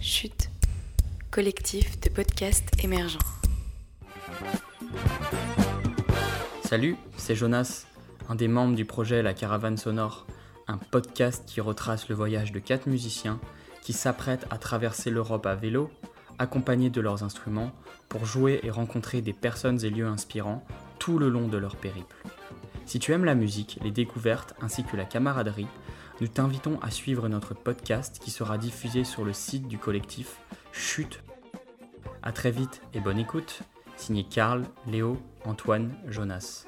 Chute, collectif de podcasts émergents. Salut, c'est Jonas, un des membres du projet La Caravane Sonore, un podcast qui retrace le voyage de 4 musiciens qui s'apprêtent à traverser l'Europe à vélo, accompagnés de leurs instruments, pour jouer et rencontrer des personnes et lieux inspirants tout le long de leur périple. Si tu aimes la musique, les découvertes ainsi que la camaraderie, nous t'invitons à suivre notre podcast qui sera diffusé sur le site du collectif Chute. A très vite et bonne écoute, signé Karl, Léo, Antoine, Jonas.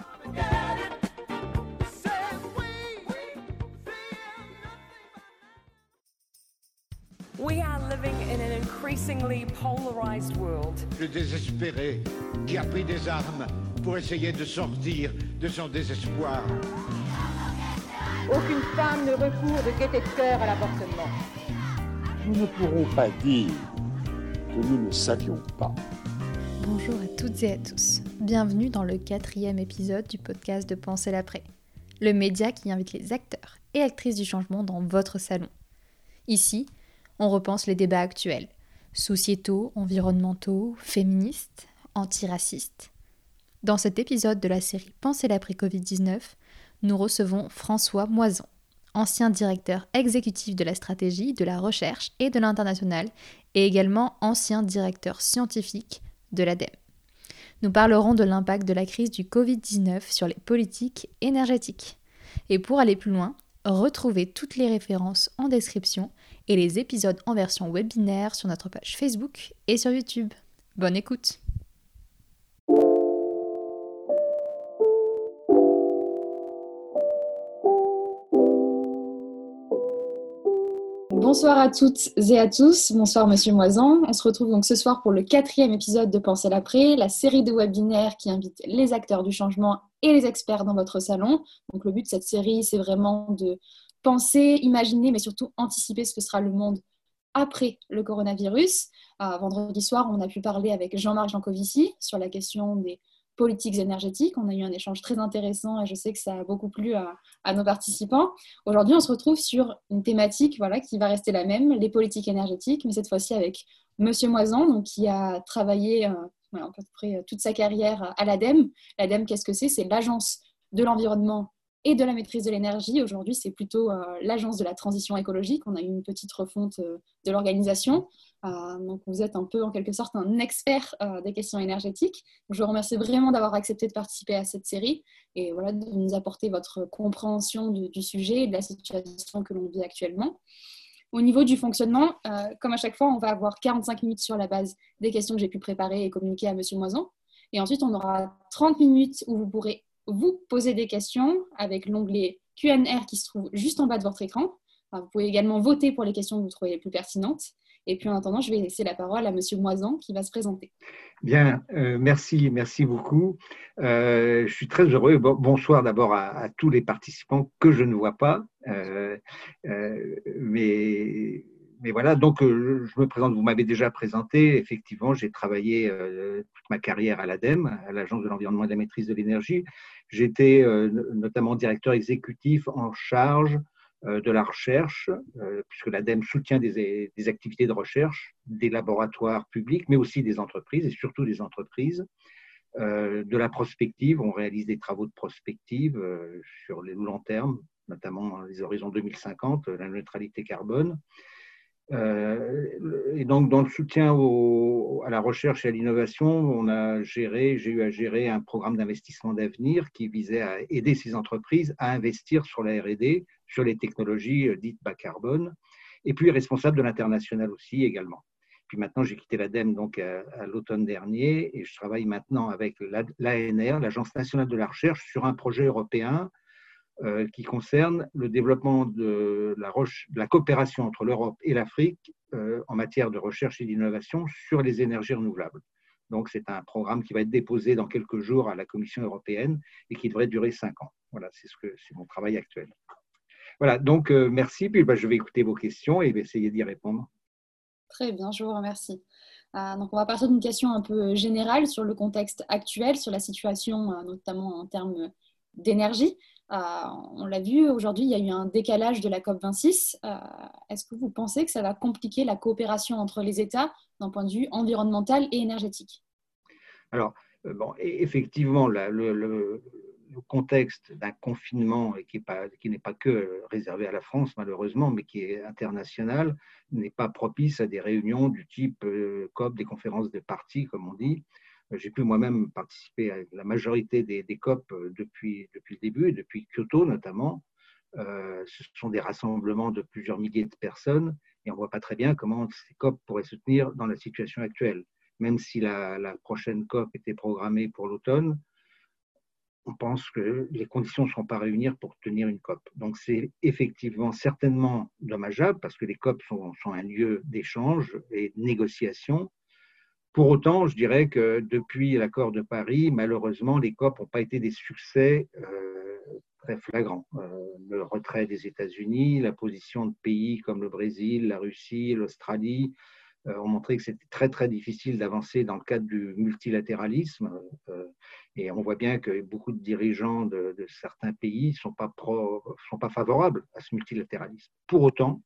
We are living in an increasingly polarized world. Le désespéré qui a pris des armes pour essayer de sortir de son désespoir. Aucune femme ne recourt de gaieté de cœur à l'avortement. Nous ne pourrons pas dire que nous ne savions pas. Bonjour à toutes et à tous. Bienvenue dans le 4e épisode du podcast de Penser l'après, le média qui invite les acteurs et actrices du changement dans votre salon. Ici, on repense les débats actuels, sociétaux, environnementaux, féministes, antiracistes. Dans cet épisode de la série Penser l'après Covid-19, nous recevons François Moison, ancien directeur exécutif de la stratégie, de la recherche et de l'international, et également ancien directeur scientifique de l'ADEME. Nous parlerons de l'impact de la crise du Covid-19 sur les politiques énergétiques. Et pour aller plus loin, retrouvez toutes les références en description et les épisodes en version webinaire sur notre page Facebook et sur YouTube. Bonne écoute! Bonsoir à toutes et à tous, bonsoir Monsieur Moison. On se retrouve donc ce soir pour le 4e épisode de Penser l'après, la série de webinaires qui invite les acteurs du changement et les experts dans votre salon. Donc le but de cette série, c'est vraiment de penser, imaginer, mais surtout anticiper ce que sera le monde après le coronavirus. Vendredi soir, on a pu parler avec Jean-Marc Jancovici sur la question des politiques énergétiques. On a eu un échange très intéressant et je sais que ça a beaucoup plu à nos participants. Aujourd'hui, on se retrouve sur une thématique qui va rester la même, les politiques énergétiques, mais cette fois-ci avec Monsieur Moison, donc, qui a travaillé à peu près toute sa carrière à l'ADEME. L'ADEME, qu'est-ce que c'est ? C'est l'Agence de l'environnement et de la maîtrise de l'énergie. Aujourd'hui, c'est plutôt l'Agence de la transition écologique. On a eu une petite refonte de l'organisation. Donc, vous êtes un peu, en quelque sorte, un expert des questions énergétiques. Donc, je vous remercie vraiment d'avoir accepté de participer à cette série et de nous apporter votre compréhension du sujet et de la situation que l'on vit actuellement. Au niveau du fonctionnement, comme à chaque fois, on va avoir 45 minutes sur la base des questions que j'ai pu préparer et communiquer à Monsieur Moison. Et ensuite, on aura 30 minutes où vous pourrez vous poser des questions avec l'onglet Q&R qui se trouve juste en bas de votre écran. Vous pouvez également voter pour les questions que vous trouvez les plus pertinentes. Et puis en attendant, je vais laisser la parole à Monsieur Moison qui va se présenter. Bien, merci beaucoup. Je suis très heureux. Bonsoir d'abord à tous les participants que je ne vois pas. Mais voilà, donc je me présente, vous m'avez déjà présenté. Effectivement, j'ai travaillé toute ma carrière à l'ADEME, à l'Agence de l'environnement et de la maîtrise de l'énergie. J'étais notamment directeur exécutif en charge de la recherche, puisque l'ADEME soutient des activités de recherche, des laboratoires publics, mais aussi des entreprises, et surtout des entreprises. De la prospective, on réalise des travaux de prospective sur les long termes, notamment les horizons 2050, la neutralité carbone. Et donc, dans le soutien à la recherche et à l'innovation, j'ai eu à gérer un programme d'investissement d'avenir qui visait à aider ces entreprises à investir sur la R&D, sur les technologies dites bas carbone, et puis responsable de l'international aussi également. Puis maintenant, j'ai quitté l'ADEME donc à l'automne dernier et je travaille maintenant avec l'ANR, l'Agence nationale de la recherche, sur un projet européen qui concerne le développement de la coopération entre l'Europe et l'Afrique en matière de recherche et d'innovation sur les énergies renouvelables. Donc, c'est un programme qui va être déposé dans quelques jours à la Commission européenne et qui devrait durer 5 ans. Voilà, c'est mon travail actuel. Voilà, donc merci. Puis je vais écouter vos questions et essayer d'y répondre. Très bien, je vous remercie. Donc, on va partir d'une question un peu générale sur le contexte actuel, sur la situation, notamment en termes d'énergie. On l'a vu, aujourd'hui, il y a eu un décalage de la COP26. Est-ce que vous pensez que ça va compliquer la coopération entre les États d'un point de vue environnemental et énergétique? Alors, effectivement, le contexte d'un confinement, et qui n'est pas que réservé à la France, malheureusement, mais qui est international, n'est pas propice à des réunions du type COP, des conférences de parties, comme on dit. J'ai pu moi-même participer à la majorité des COP depuis le début, et depuis Kyoto notamment. Ce sont des rassemblements de plusieurs milliers de personnes, et on ne voit pas très bien comment ces COP pourraient se tenir dans la situation actuelle. Même si la prochaine COP était programmée pour l'automne, on pense que les conditions ne seront pas réunies pour tenir une COP. Donc c'est effectivement certainement dommageable parce que les COP sont un lieu d'échange et de négociation. Pour autant, je dirais que depuis l'accord de Paris, malheureusement, les COP n'ont pas été des succès très flagrants. Le retrait des États-Unis, la position de pays comme le Brésil, la Russie, l'Australie, ont montré que c'était très, très difficile d'avancer dans le cadre du multilatéralisme. Et on voit bien que beaucoup de dirigeants de certains pays ne sont pas favorables à ce multilatéralisme. Pour autant,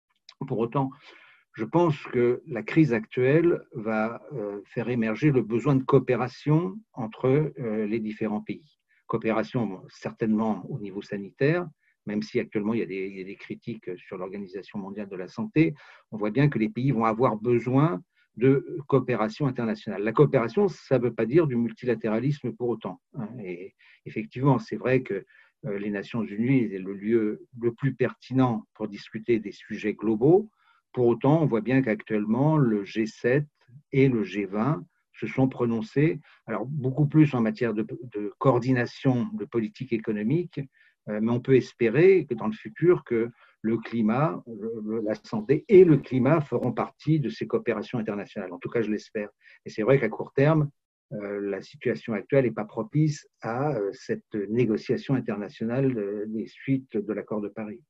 je pense que la crise actuelle va faire émerger le besoin de coopération entre les différents pays. Coopération certainement au niveau sanitaire, même si actuellement il y a des critiques sur l'Organisation mondiale de la santé, on voit bien que les pays vont avoir besoin de coopération internationale. La coopération, ça ne veut pas dire du multilatéralisme pour autant. Et effectivement, c'est vrai que les Nations Unies est le lieu le plus pertinent pour discuter des sujets globaux. Pour autant, on voit bien qu'actuellement, le G7 et le G20 se sont prononcés, alors beaucoup plus en matière de coordination de politique économique, mais on peut espérer que dans le futur, que le climat, la santé et le climat feront partie de ces coopérations internationales. En tout cas, je l'espère. Et c'est vrai qu'à court terme, la situation actuelle n'est pas propice à cette négociation internationale des suites de l'accord de Paris.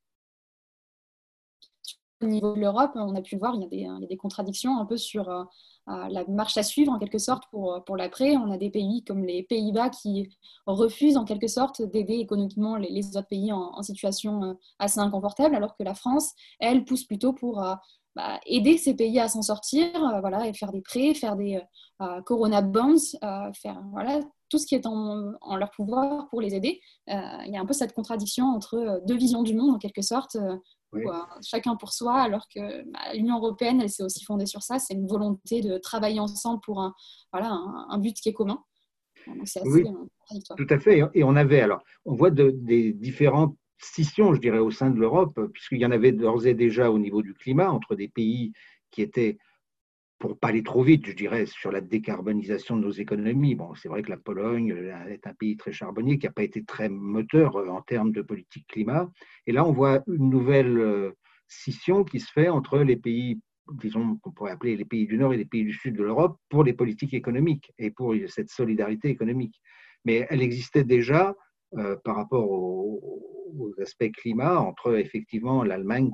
Au niveau de l'Europe, on a pu voir, il y a des contradictions un peu sur la marche à suivre, en quelque sorte, pour l'après. On a des pays comme les Pays-Bas qui refusent, en quelque sorte, d'aider économiquement les autres pays en situation assez inconfortable, alors que la France, elle, pousse plutôt pour aider ces pays à s'en sortir, et faire des prêts, faire des Corona Bonds, faire tout ce qui est en leur pouvoir pour les aider. Il y a un peu cette contradiction entre deux visions du monde, en quelque sorte, oui. Chacun pour soi, alors que l'Union européenne, elle s'est aussi fondée sur ça. C'est une volonté de travailler ensemble pour un but qui est commun. Donc c'est assez contradictoire. Tout à fait. Et on voit des différentes scissions, je dirais, au sein de l'Europe, puisqu'il y en avait d'ores et déjà au niveau du climat, entre des pays qui étaient, pour ne pas aller trop vite, je dirais, sur la décarbonisation de nos économies. Bon, c'est vrai que la Pologne est un pays très charbonnier qui n'a pas été très moteur en termes de politique climat. Et là, on voit une nouvelle scission qui se fait entre les pays, disons, qu'on pourrait appeler les pays du Nord et les pays du Sud de l'Europe pour les politiques économiques et pour cette solidarité économique. Mais elle existait déjà par rapport aux aspects climat entre, effectivement, l'Allemagne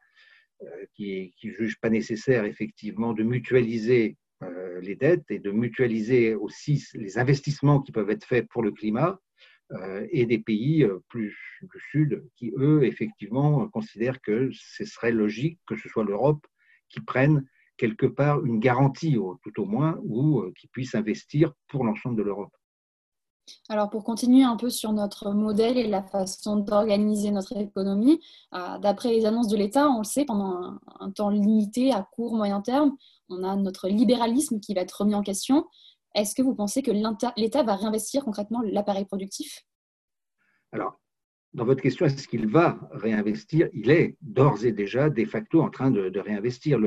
qui juge pas nécessaire effectivement de mutualiser les dettes et de mutualiser aussi les investissements qui peuvent être faits pour le climat, et des pays plus du Sud qui, eux, effectivement, considèrent que ce serait logique que ce soit l'Europe qui prenne quelque part une garantie, tout au moins, ou qui puisse investir pour l'ensemble de l'Europe. Alors, pour continuer un peu sur notre modèle et la façon d'organiser notre économie, d'après les annonces de l'État, on le sait, pendant un temps limité, à court, moyen terme, on a notre libéralisme qui va être remis en question. Est-ce que vous pensez que l'État va réinvestir concrètement l'appareil productif? Alors, dans votre question, est-ce qu'il va réinvestir? Il est d'ores et déjà de facto en train de réinvestir.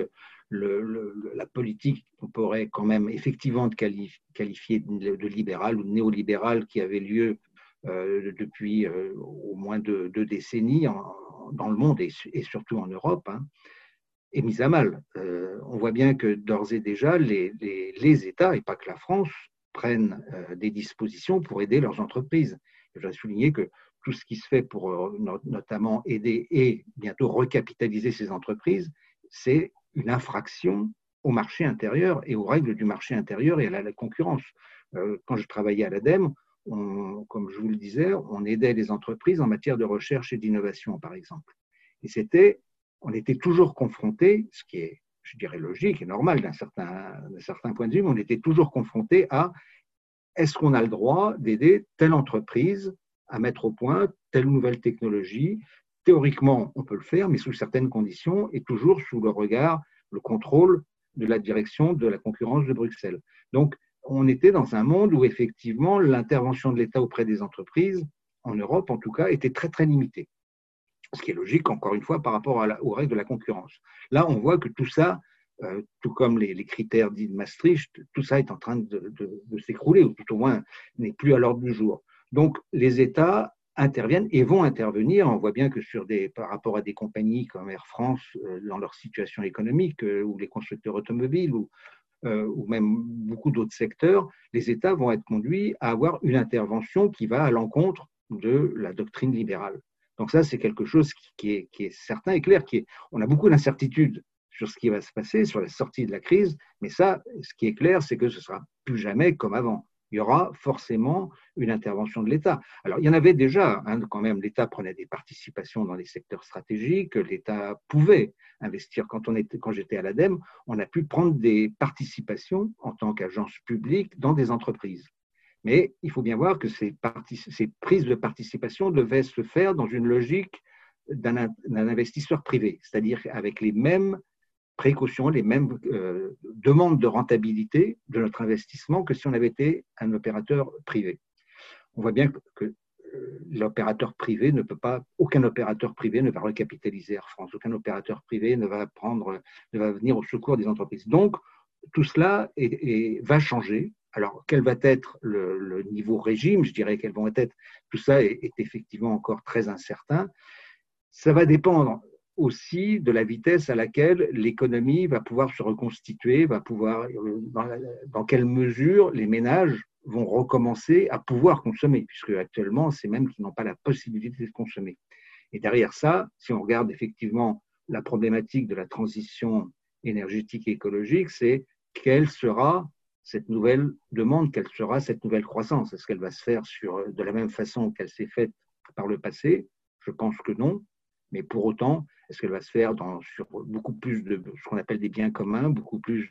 La politique qu'on pourrait quand même effectivement qualifier de libérale ou de néolibérale qui avait lieu depuis au moins deux décennies dans le monde et surtout en Europe, est mise à mal. On voit bien que d'ores et déjà, les États, et pas que la France, prennent des dispositions pour aider leurs entreprises. Je dois souligner que tout ce qui se fait pour notamment aider et bientôt recapitaliser ces entreprises, c'est une infraction au marché intérieur et aux règles du marché intérieur et à la concurrence. Quand je travaillais à l'ADEME, comme je vous le disais, on aidait les entreprises en matière de recherche et d'innovation, par exemple. Et on était toujours confronté, ce qui est, je dirais, logique et normal d'un certain point de vue, mais on était toujours confronté à est-ce qu'on a le droit d'aider telle entreprise à mettre au point telle nouvelle technologie? Théoriquement, on peut le faire, mais sous certaines conditions et toujours sous le regard, le contrôle de la direction de la concurrence de Bruxelles. Donc, on était dans un monde où effectivement l'intervention de l'État auprès des entreprises, en Europe en tout cas, était très très limitée. Ce qui est logique, encore une fois, par rapport aux règles de la concurrence. Là, on voit que tout ça, tout comme les critères dits de Maastricht, tout ça est en train de s'écrouler, ou tout au moins n'est plus à l'ordre du jour. Donc, les États interviennent et vont intervenir. On voit bien que par rapport à des compagnies comme Air France, dans leur situation économique, ou les constructeurs automobiles, ou même beaucoup d'autres secteurs, les États vont être conduits à avoir une intervention qui va à l'encontre de la doctrine libérale. Donc ça, c'est quelque chose qui est certain et clair. On a beaucoup d'incertitudes sur ce qui va se passer, sur la sortie de la crise, mais ça, ce qui est clair, c'est que ce ne sera plus jamais comme avant. Il y aura forcément une intervention de l'État. Alors, il y en avait déjà, quand même, l'État prenait des participations dans les secteurs stratégiques, l'État pouvait investir. Quand j'étais à l'ADEME, on a pu prendre des participations en tant qu'agence publique dans des entreprises. Mais il faut bien voir que ces prises de participation devaient se faire dans une logique d'un investisseur privé, c'est-à-dire avec les mêmes précautions, les mêmes demandes de rentabilité de notre investissement que si on avait été un opérateur privé. On voit bien que l'opérateur privé ne peut pas, aucun opérateur privé ne va recapitaliser Air France, aucun opérateur privé ne va venir au secours des entreprises. Donc, tout cela va changer. Alors, quel va être le niveau régime? Je dirais quels vont être. Tout ça est effectivement encore très incertain. Ça va dépendre aussi de la vitesse à laquelle l'économie va pouvoir se reconstituer, dans quelle mesure les ménages vont recommencer à pouvoir consommer, puisque actuellement, c'est même qu'ils n'ont pas la possibilité de consommer. Et derrière ça, si on regarde effectivement la problématique de la transition énergétique et écologique, c'est quelle sera cette nouvelle demande, quelle sera cette nouvelle croissance? Est-ce qu'elle va se faire de la même façon qu'elle s'est faite par le passé? Je pense que non. Mais pour autant, est-ce qu'elle va se faire sur beaucoup plus de ce qu'on appelle des biens communs, beaucoup plus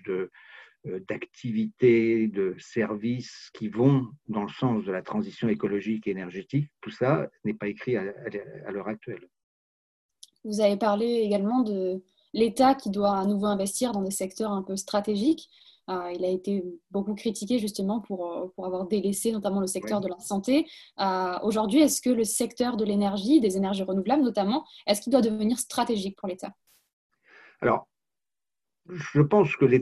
d'activités, de services qui vont dans le sens de la transition écologique et énergétique? Tout ça n'est pas écrit à l'heure actuelle. Vous avez parlé également de l'État qui doit à nouveau investir dans des secteurs un peu stratégiques. Il a été beaucoup critiqué justement pour avoir délaissé notamment le secteur de la santé. Aujourd'hui, est-ce que le secteur de l'énergie, des énergies renouvelables notamment, est-ce qu'il doit devenir stratégique pour l'État? Alors, je pense que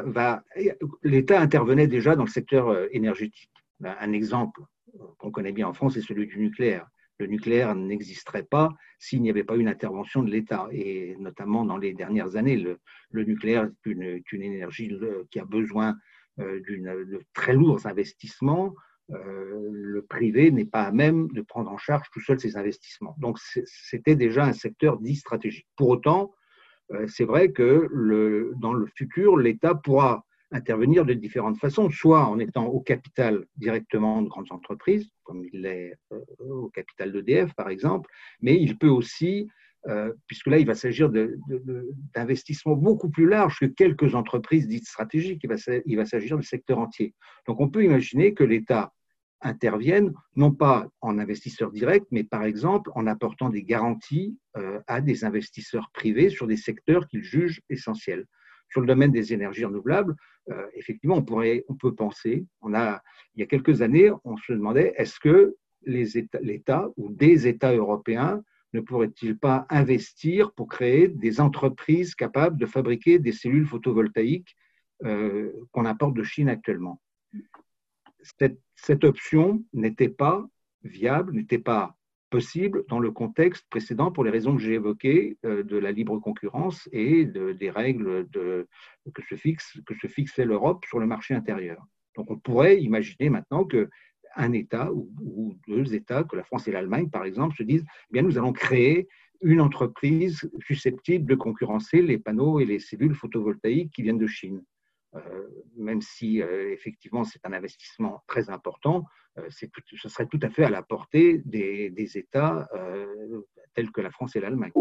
l'État intervenait déjà dans le secteur énergétique. Un exemple qu'on connaît bien en France, c'est celui du nucléaire. Le nucléaire n'existerait pas s'il n'y avait pas une intervention de l'État. Et notamment dans les dernières années, le nucléaire est une énergie qui a besoin de très lourds investissements. Le privé n'est pas à même de prendre en charge tout seul ces investissements. Donc, c'était déjà un secteur dit stratégique. Pour autant, c'est vrai que dans le futur, l'État pourra intervenir de différentes façons, soit en étant au capital directement de grandes entreprises, comme il l'est au capital d'EDF par exemple, mais il peut aussi, puisque là il va s'agir d'investissements beaucoup plus larges que quelques entreprises dites stratégiques, il va s'agir du secteur entier. Donc on peut imaginer que l'État intervienne, non pas en investisseur direct, mais par exemple en apportant des garanties à des investisseurs privés sur des secteurs qu'ils jugent essentiels. Sur le domaine des énergies renouvelables, effectivement, on peut penser, il y a quelques années, on se demandait est-ce que l'État ou des États européens ne pourraient-ils pas investir pour créer des entreprises capables de fabriquer des cellules photovoltaïques qu'on importe de Chine actuellement. Cette option n'était pas viable, n'était pas possible dans le contexte précédent pour les raisons que j'ai évoquées de la libre concurrence et des règles que se fixait l'Europe sur le marché intérieur. Donc on pourrait imaginer maintenant qu'un État ou deux États, que la France et l'Allemagne par exemple, se disent eh bien nous allons créer une entreprise susceptible de concurrencer les panneaux et les cellules photovoltaïques qui viennent de Chine. même si effectivement c'est un investissement très important, ce serait tout à fait à la portée des États tels que la France et l'Allemagne.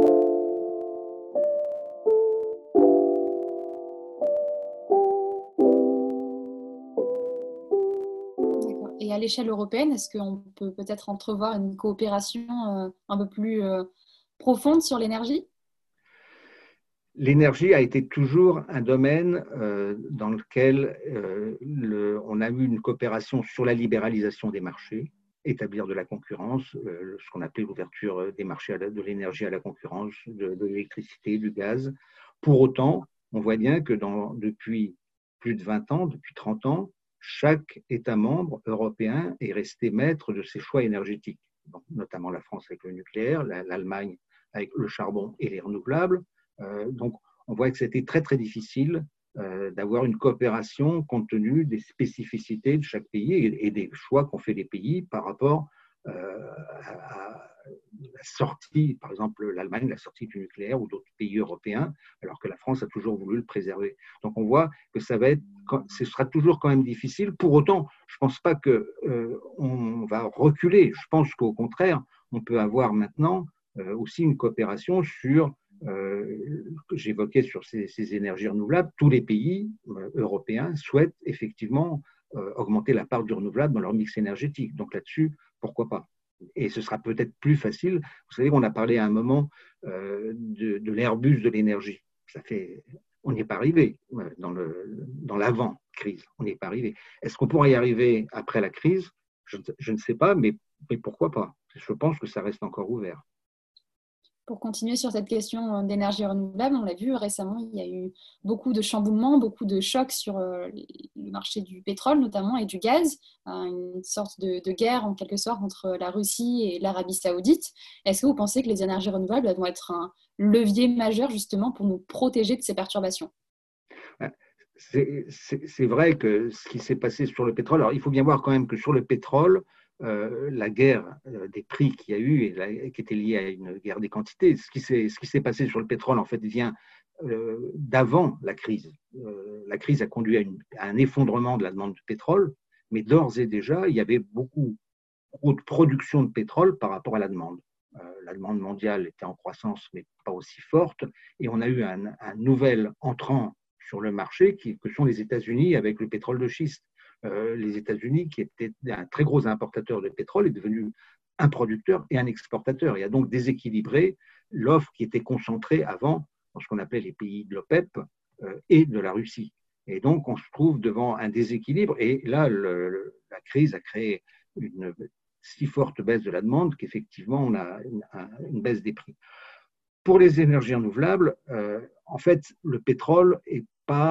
D'accord. Et à l'échelle européenne, est-ce qu'on peut peut-être entrevoir une coopération un peu plus profonde sur l'énergie ? L'énergie a été toujours un domaine dans lequel on a eu une coopération sur la libéralisation des marchés, établir de la concurrence, ce qu'on appelait l'ouverture des marchés de l'énergie à la concurrence, de l'électricité, du gaz. Pour autant, on voit bien que depuis plus de 20 ans, depuis 30 ans, chaque État membre européen est resté maître de ses choix énergétiques, donc, notamment la France avec le nucléaire, l'Allemagne avec le charbon et les renouvelables. Donc, on voit que c'était très, très difficile d'avoir une coopération compte tenu des spécificités de chaque pays et des choix qu'ont fait les pays par rapport à la sortie, par exemple l'Allemagne, la sortie du nucléaire ou d'autres pays européens, alors que la France a toujours voulu le préserver. Donc, on voit que ce sera toujours quand même difficile. Pour autant, je ne pense pas qu'on va reculer. Je pense qu'au contraire, on peut avoir maintenant aussi une coopération sur que j'évoquais sur ces énergies renouvelables. Tous les pays européens souhaitent effectivement augmenter la part du renouvelable dans leur mix énergétique. Donc là-dessus, pourquoi pas ? Et ce sera peut-être plus facile. Vous savez, on a parlé à un moment de l'Airbus de l'énergie. On n'y est pas arrivé dans l'avant-crise. On n'y est pas arrivé. Est-ce qu'on pourra y arriver après la crise ? Je ne sais pas, mais pourquoi pas ? Je pense que ça reste encore ouvert. Pour continuer sur cette question d'énergie renouvelable, on l'a vu récemment, il y a eu beaucoup de chamboulements, beaucoup de chocs sur le marché du pétrole notamment et du gaz, une sorte de guerre en quelque sorte entre la Russie et l'Arabie Saoudite. Est-ce que vous pensez que les énergies renouvelables vont être un levier majeur justement pour nous protéger de ces perturbations ? C'est vrai que ce qui s'est passé sur le pétrole, alors il faut bien voir quand même que sur le pétrole, la guerre des prix qu'il y a eu et qui était liée à une guerre des quantités. Ce qui s'est passé sur le pétrole, en fait, vient d'avant la crise. La crise a conduit à un effondrement de la demande de pétrole, mais d'ores et déjà, il y avait beaucoup de production de pétrole par rapport à la demande. La demande mondiale était en croissance, mais pas aussi forte, et on a eu un nouvel entrant sur le marché que sont les États-Unis avec le pétrole de schiste. Les États-Unis, qui étaient un très gros importateur de pétrole, est devenu un producteur et un exportateur. Il a donc déséquilibré l'offre qui était concentrée avant dans ce qu'on appelait les pays de l'OPEP et de la Russie. Et donc, on se trouve devant un déséquilibre. Et là, la crise a créé une si forte baisse de la demande qu'effectivement, on a une baisse des prix. Pour les énergies renouvelables, en fait, le pétrole est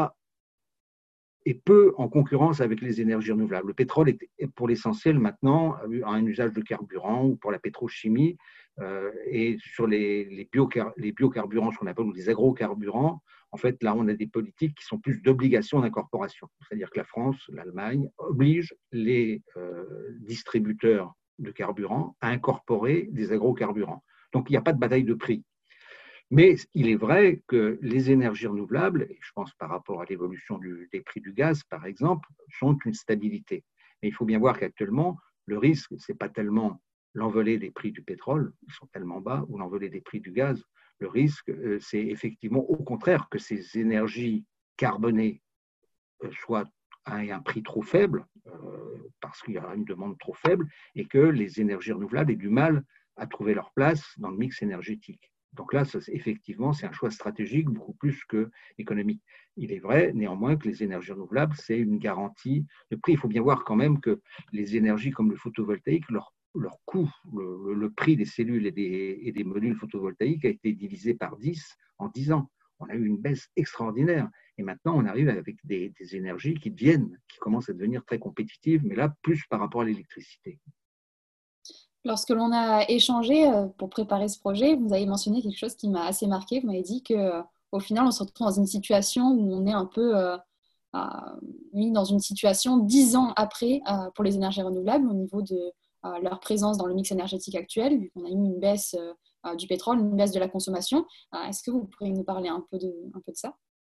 peu en concurrence avec les énergies renouvelables. Le pétrole est pour l'essentiel maintenant un usage de carburant ou pour la pétrochimie et sur les biocarburants, ce qu'on appelle les agrocarburants, en fait, là, on a des politiques qui sont plus d'obligation d'incorporation. C'est-à-dire que la France, l'Allemagne obligent les distributeurs de carburant à incorporer des agrocarburants. Donc, il n'y a pas de bataille de prix. Mais il est vrai que les énergies renouvelables, et je pense par rapport à l'évolution des prix du gaz, par exemple, sont une stabilité. Mais il faut bien voir qu'actuellement, le risque, ce n'est pas tellement l'envolée des prix du pétrole, ils sont tellement bas, ou l'envolée des prix du gaz. Le risque, c'est effectivement au contraire que ces énergies carbonées soient à un prix trop faible, parce qu'il y a une demande trop faible, et que les énergies renouvelables aient du mal à trouver leur place dans le mix énergétique. Donc là, effectivement, c'est un choix stratégique beaucoup plus qu'économique. Il est vrai, néanmoins, que les énergies renouvelables, c'est une garantie de prix. Il faut bien voir quand même que les énergies comme le photovoltaïque, leur coût, le prix des cellules et des modules photovoltaïques a été divisé par 10 en 10 ans. On a eu une baisse extraordinaire. Et maintenant, on arrive avec des énergies qui commencent à devenir très compétitives, mais là, plus par rapport à l'électricité. Lorsque l'on a échangé pour préparer ce projet, vous avez mentionné quelque chose qui m'a assez marqué. Vous m'avez dit qu'au final, on se retrouve dans une situation où on est un peu mis dans une situation 10 ans après pour les énergies renouvelables au niveau de leur présence dans le mix énergétique actuel, vu qu'on a eu une baisse du pétrole, une baisse de la consommation. Est-ce que vous pourriez nous parler un peu de ça ?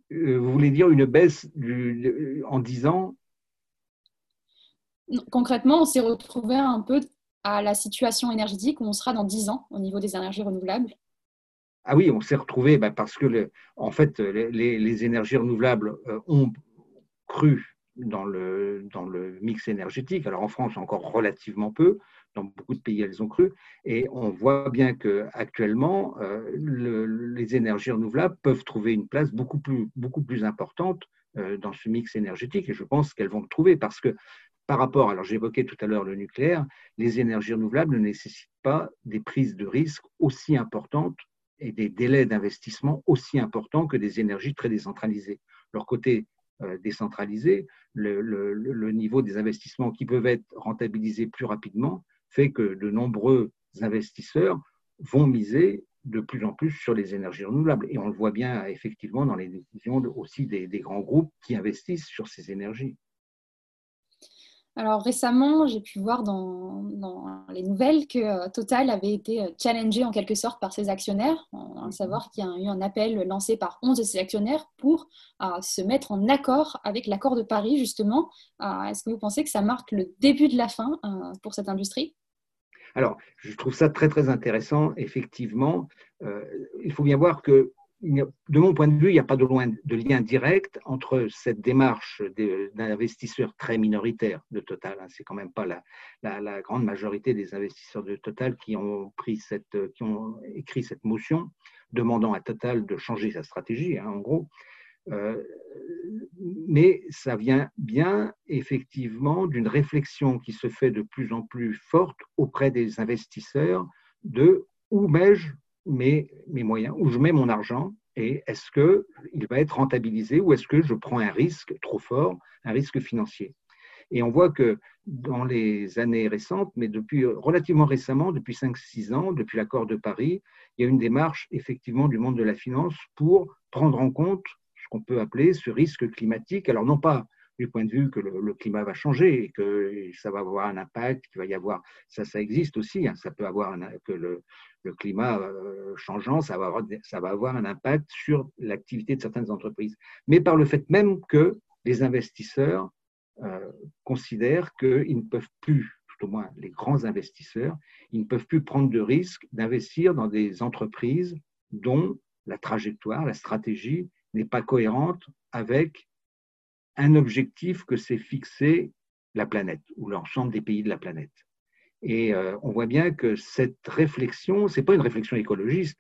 Vous voulez dire une baisse en 10 ans? Concrètement, on s'est retrouvé un peu à la situation énergétique où on sera dans 10 ans au niveau des énergies renouvelables. Ah oui, on s'est retrouvé parce que en fait, les énergies renouvelables ont cru dans le mix énergétique. Alors en France, encore relativement peu. Dans beaucoup de pays, elles ont cru. Et on voit bien qu'actuellement, les énergies renouvelables peuvent trouver une place beaucoup plus importante dans ce mix énergétique. Et je pense qu'elles vont le trouver parce que par rapport, alors j'évoquais tout à l'heure le nucléaire, les énergies renouvelables ne nécessitent pas des prises de risques aussi importantes et des délais d'investissement aussi importants que des énergies très décentralisées. Leur côté décentralisé, le niveau des investissements qui peuvent être rentabilisés plus rapidement fait que de nombreux investisseurs vont miser de plus en plus sur les énergies renouvelables. Et on le voit bien effectivement dans les décisions aussi des grands groupes qui investissent sur ces énergies. Alors récemment, j'ai pu voir dans les nouvelles que Total avait été challengé en quelque sorte par ses actionnaires, à savoir qu'il y a eu un appel lancé par 11 de ses actionnaires pour se mettre en accord avec l'accord de Paris, justement. Est-ce que vous pensez que ça marque le début de la fin pour cette industrie ? Alors, je trouve ça très, très intéressant, effectivement. Il faut bien voir que, de mon point de vue, il n'y a pas de lien direct entre cette démarche d'investisseurs très minoritaires de Total. C'est quand même pas la grande majorité des investisseurs de Total qui ont écrit cette motion demandant à Total de changer sa stratégie, en gros. Mais ça vient bien effectivement d'une réflexion qui se fait de plus en plus forte auprès des investisseurs de où mets-je mes moyens, où je mets mon argent et est-ce qu'il va être rentabilisé ou est-ce que je prends un risque trop fort, un risque financier. Et on voit que dans les années récentes, mais depuis relativement récemment, depuis 5-6 ans, depuis l'accord de Paris, il y a une démarche effectivement du monde de la finance pour prendre en compte ce qu'on peut appeler ce risque climatique. Alors non pas du point de vue que le climat va changer et que ça va avoir un impact, qu'il va y avoir, ça existe aussi, ça peut avoir que le climat changeant, ça va avoir un impact sur l'activité de certaines entreprises. Mais par le fait même que les investisseurs considèrent qu'ils ne peuvent plus, tout au moins les grands investisseurs, ils ne peuvent plus prendre de risques d'investir dans des entreprises dont la trajectoire, la stratégie n'est pas cohérente avec un objectif que s'est fixé la planète ou l'ensemble des pays de la planète. Et on voit bien que cette réflexion, ce n'est pas une réflexion écologiste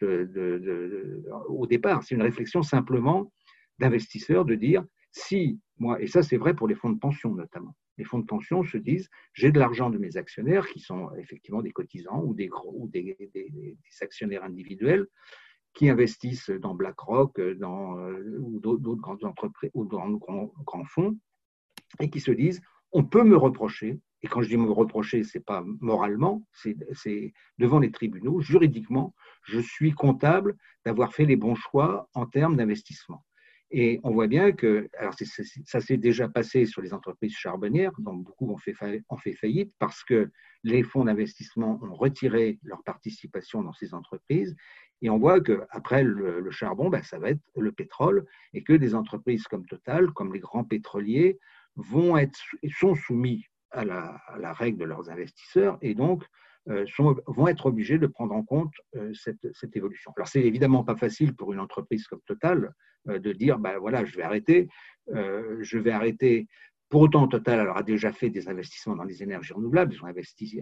au départ, c'est une réflexion simplement d'investisseurs de dire si moi, et ça c'est vrai pour les fonds de pension notamment, les fonds de pension se disent j'ai de l'argent de mes actionnaires qui sont effectivement des cotisants ou des actionnaires individuels qui investissent dans BlackRock ou d'autres grandes entreprises ou dans grands fonds et qui se disent on peut me reprocher, et quand je dis me reprocher, ce n'est pas moralement, c'est devant les tribunaux, juridiquement, je suis comptable d'avoir fait les bons choix en termes d'investissement. Et on voit bien que, alors ça s'est déjà passé sur les entreprises charbonnières, dont beaucoup ont fait faillite parce que les fonds d'investissement ont retiré leur participation dans ces entreprises. Et on voit qu'après le charbon, ça va être le pétrole et que des entreprises comme Total, comme les grands pétroliers, sont soumis à la règle de leurs investisseurs et donc vont être obligés de prendre en compte cette évolution. Alors, c'est évidemment pas facile pour une entreprise comme Total de dire, voilà, je vais arrêter. Pour autant, Total a déjà fait des investissements dans les énergies renouvelables. Ils ont investi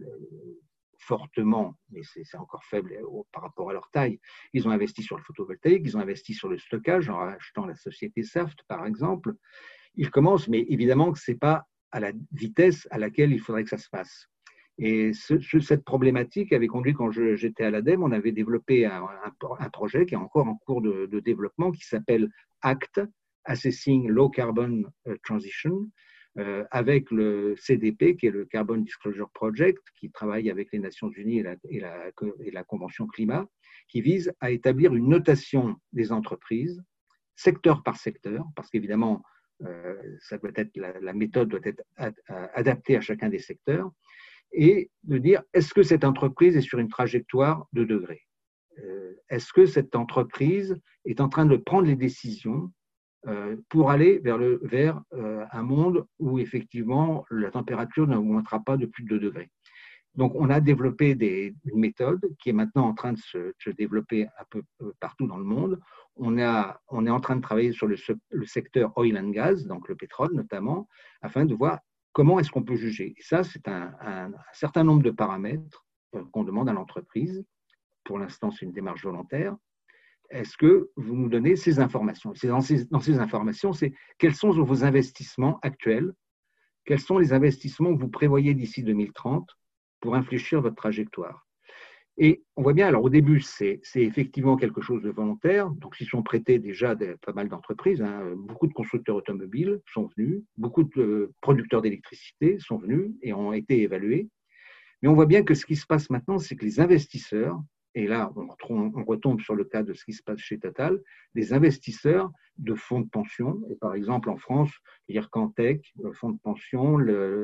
fortement, mais c'est encore faible par rapport à leur taille. Ils ont investi sur le photovoltaïque, ils ont investi sur le stockage en achetant la société Saft, par exemple. Ils commencent, mais évidemment que ce n'est pas à la vitesse à laquelle il faudrait que ça se fasse. Et cette problématique avait conduit, quand j'étais à l'ADEME, on avait développé un projet qui est encore en cours de développement qui s'appelle ACT, Assessing Low Carbon Transition, avec le CDP, qui est le Carbon Disclosure Project, qui travaille avec les Nations Unies et la Convention Climat, qui vise à établir une notation des entreprises, secteur par secteur, parce qu'évidemment, ça doit être, la méthode doit être adaptée à chacun des secteurs, et de dire est-ce que cette entreprise est sur une trajectoire de degrés ? Est-ce que cette entreprise est en train de prendre les décisions pour aller vers un monde où effectivement la température n'augmentera pas de plus de 2 degrés. Donc, on a développé une méthode qui est maintenant en train de se développer un peu partout dans le monde. On est en train de travailler sur le secteur oil and gas, donc le pétrole notamment, afin de voir comment est-ce qu'on peut juger. Et ça, c'est un certain nombre de paramètres qu'on demande à l'entreprise. Pour l'instant, c'est une démarche volontaire. Est-ce que vous nous donnez ces informations? Dans ces informations, c'est quels sont vos investissements actuels? Quels sont les investissements que vous prévoyez d'ici 2030 pour infléchir votre trajectoire? Et on voit bien, alors au début, c'est effectivement quelque chose de volontaire. Donc, s'y sont prêtés déjà pas mal d'entreprises. Beaucoup de constructeurs automobiles sont venus, beaucoup de producteurs d'électricité sont venus et ont été évalués. Mais on voit bien que ce qui se passe maintenant, c'est que les investisseurs, et là, on retombe sur le cas de ce qui se passe chez Total, les investisseurs de fonds de pension, et par exemple en France, l'IRCANTEC, le fonds de pension,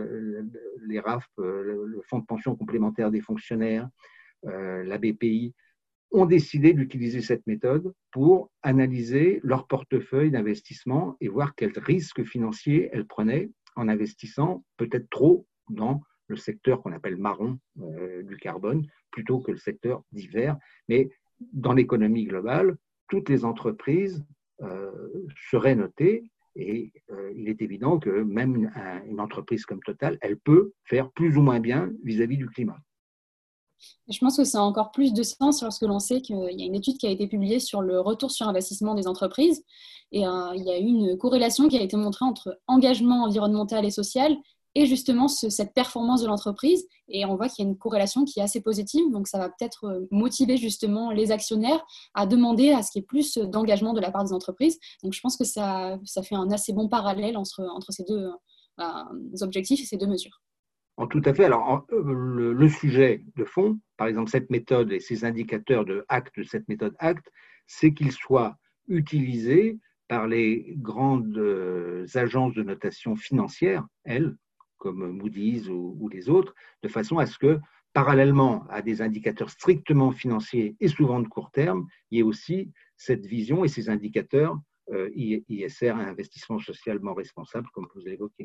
les RAF, le fonds de pension complémentaire des fonctionnaires, la BPI, ont décidé d'utiliser cette méthode pour analyser leur portefeuille d'investissement et voir quels risques financiers elles prenaient en investissant peut-être trop dans le secteur qu'on appelle marron du carbone, plutôt que le secteur dit vert. Mais dans l'économie globale, toutes les entreprises seraient notées et il est évident que même une entreprise comme Total, elle peut faire plus ou moins bien vis-à-vis du climat. Je pense que ça a encore plus de sens lorsque l'on sait qu'il y a une étude qui a été publiée sur le retour sur investissement des entreprises et il y a eu une corrélation qui a été montrée entre engagement environnemental et social et justement cette performance de l'entreprise. Et on voit qu'il y a une corrélation qui est assez positive, donc ça va peut-être motiver justement les actionnaires à demander à ce qu'il y ait plus d'engagement de la part des entreprises. Donc je pense que ça fait un assez bon parallèle entre ces deux objectifs et ces deux mesures. Tout à fait. Alors, le sujet de fond, par exemple, cette méthode et ces indicateurs de cette méthode ACT, c'est qu'ils soient utilisés par les grandes agences de notation financière, elles, comme Moody's ou les autres, de façon à ce que, parallèlement à des indicateurs strictement financiers et souvent de court terme, il y ait aussi cette vision et ces indicateurs ISR, investissement socialement responsable, comme vous l'évoquez.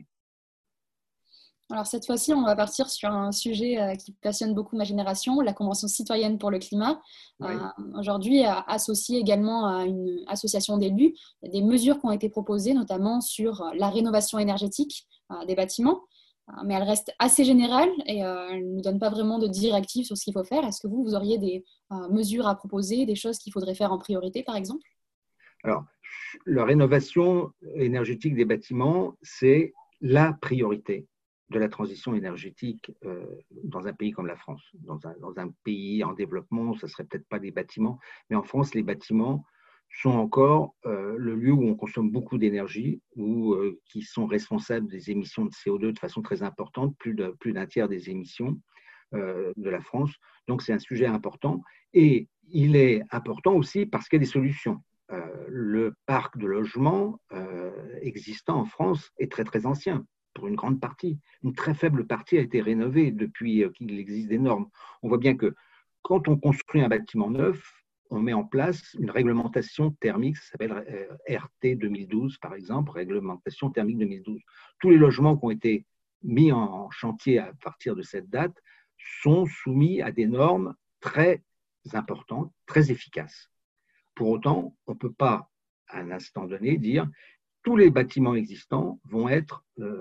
Alors cette fois-ci, on va partir sur un sujet qui passionne beaucoup ma génération, la Convention citoyenne pour le climat. Oui. Aujourd'hui, associée également à une association d'élus, il y a des mesures qui ont été proposées, notamment sur la rénovation énergétique des bâtiments, mais elles restent assez générales et elles ne donnent pas vraiment de directives sur ce qu'il faut faire. Est-ce que vous auriez des mesures à proposer, des choses qu'il faudrait faire en priorité, par exemple? Alors, la rénovation énergétique des bâtiments, c'est la priorité de la transition énergétique dans un pays comme la France. Dans un pays en développement, ce ne serait peut-être pas des bâtiments, mais en France, les bâtiments sont encore le lieu où on consomme beaucoup d'énergie, qui sont responsables des émissions de CO2 de façon très importante, plus d'un tiers des émissions de la France. Donc, c'est un sujet important. Et il est important aussi parce qu'il y a des solutions. Le parc de logements existant en France est très, très ancien. Pour une grande partie. Une très faible partie a été rénovée depuis qu'il existe des normes. On voit bien que quand on construit un bâtiment neuf, on met en place une réglementation thermique, ça s'appelle RT 2012 par exemple, réglementation thermique 2012. Tous les logements qui ont été mis en chantier à partir de cette date sont soumis à des normes très importantes, très efficaces. Pour autant, on ne peut pas à un instant donné dire tous les bâtiments existants vont être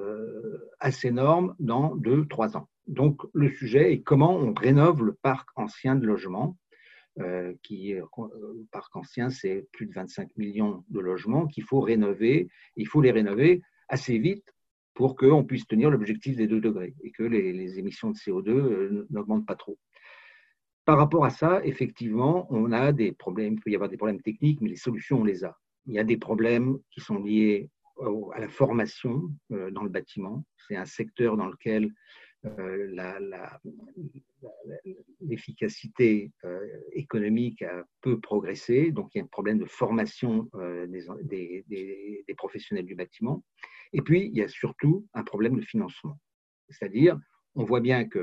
à ces normes dans 2-3 ans. Donc, le sujet est comment on rénove le parc ancien de logements. Le parc ancien, c'est plus de 25 millions de logements qu'il faut rénover. Il faut les rénover assez vite pour qu'on puisse tenir l'objectif des 2 degrés et que les émissions de CO2 n'augmentent pas trop. Par rapport à ça, effectivement, on a des problèmes. Il peut y avoir des problèmes techniques, mais les solutions, on les a. Il y a des problèmes qui sont liés à la formation dans le bâtiment. C'est un secteur dans lequel l'efficacité économique a peu progressé. Donc, il y a un problème de formation des professionnels du bâtiment. Et puis, il y a surtout un problème de financement. C'est-à-dire, on voit bien que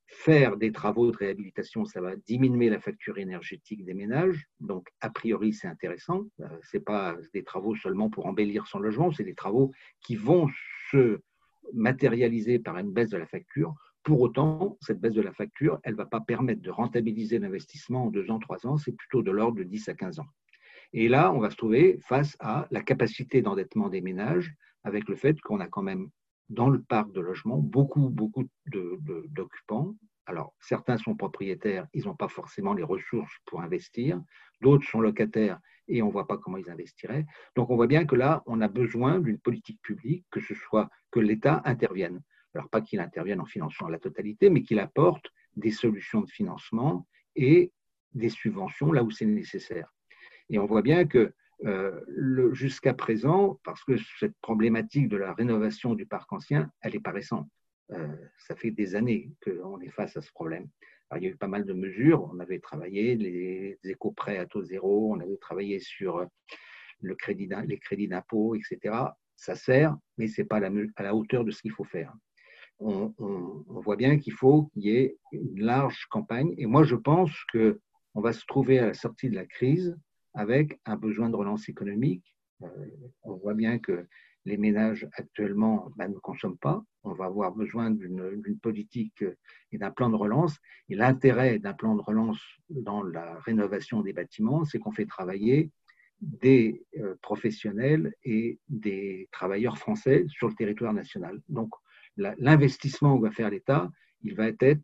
faire des travaux de réhabilitation, ça va diminuer la facture énergétique des ménages. Donc, a priori, c'est intéressant. Ce n'est pas des travaux seulement pour embellir son logement, c'est des travaux qui vont se matérialiser par une baisse de la facture. Pour autant, cette baisse de la facture, elle ne va pas permettre de rentabiliser l'investissement en 2 ans, 3 ans, c'est plutôt de l'ordre de 10 à 15 ans. Et là, on va se trouver face à la capacité d'endettement des ménages avec le fait qu'on a quand même dans le parc de logement beaucoup d'occupants. Alors, certains sont propriétaires, ils n'ont pas forcément les ressources pour investir. D'autres sont locataires et on ne voit pas comment ils investiraient. Donc, on voit bien que là, on a besoin d'une politique publique, que ce soit que l'État intervienne. Alors, pas qu'il intervienne en finançant la totalité, mais qu'il apporte des solutions de financement et des subventions là où c'est nécessaire. Et on voit bien que jusqu'à présent, parce que cette problématique de la rénovation du parc ancien, elle n'est pas récente. Ça fait des années qu'on est face à ce problème. Alors, il y a eu pas mal de mesures. On avait travaillé les éco-prêts à taux zéro, on avait travaillé sur les crédits d'impôt, etc. Ça sert, mais ce n'est pas à la hauteur de ce qu'il faut faire. On voit bien qu'il faut qu'il y ait une large campagne. Et moi, je pense qu'on va se trouver à la sortie de la crise avec un besoin de relance économique. On voit bien que les ménages actuellement ne consomment pas. On va avoir besoin d'une politique et d'un plan de relance. Et l'intérêt d'un plan de relance dans la rénovation des bâtiments, c'est qu'on fait travailler des professionnels et des travailleurs français sur le territoire national. Donc, l'investissement que va faire l'État, il va être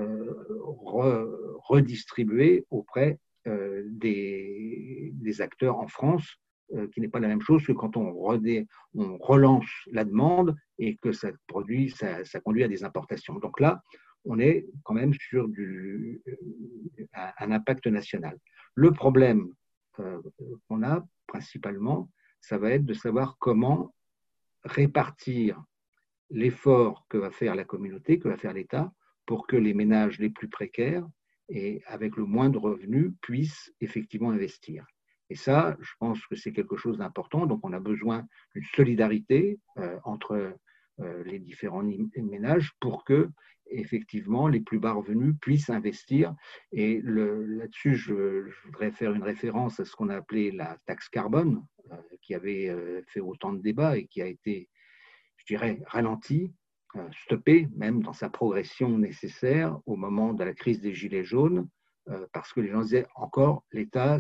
redistribué auprès des acteurs en France, qui n'est pas la même chose que quand on relance la demande et que ça conduit à des importations. Donc là, on est quand même sur un impact national. Le problème qu'on a principalement, ça va être de savoir comment répartir l'effort que va faire la communauté, que va faire l'État, pour que les ménages les plus précaires et avec le moins de revenus puissent effectivement investir. Et ça, je pense que c'est quelque chose d'important. Donc, on a besoin d'une solidarité entre les différents ménages pour que, effectivement, les plus bas revenus puissent investir. Et là-dessus, je voudrais faire une référence à ce qu'on a appelé la taxe carbone, qui avait fait autant de débats et qui a été, je dirais, ralentie, stoppée même dans sa progression nécessaire au moment de la crise des Gilets jaunes, parce que les gens disaient encore l'État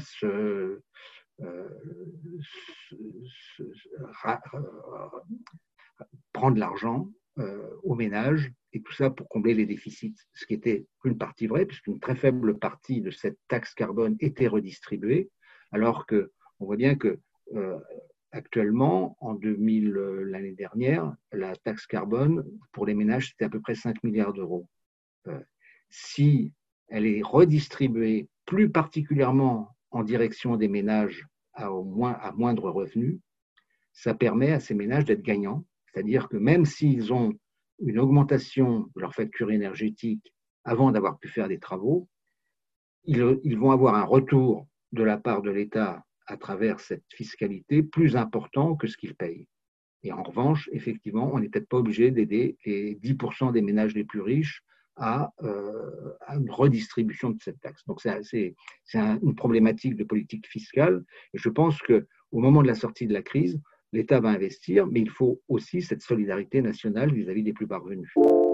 prend de l'argent aux ménages et tout ça pour combler les déficits, ce qui était une partie vraie, puisqu'une très faible partie de cette taxe carbone était redistribuée, alors qu'on voit bien que actuellement, l'année dernière, la taxe carbone pour les ménages, c'était à peu près 5 milliards d'euros. Si elle est redistribuée plus particulièrement en direction des ménages à moindre revenu, ça permet à ces ménages d'être gagnants. C'est-à-dire que même s'ils ont une augmentation de leur facture énergétique avant d'avoir pu faire des travaux, ils vont avoir un retour de la part de l'État à travers cette fiscalité plus important que ce qu'ils payent. Et en revanche, effectivement, on n'est peut-être pas obligé d'aider les 10% des ménages les plus riches à une redistribution de cette taxe. Donc, c'est une problématique de politique fiscale. Et je pense qu'au moment de la sortie de la crise, l'État va investir, mais il faut aussi cette solidarité nationale vis-à-vis des plus bas revenus.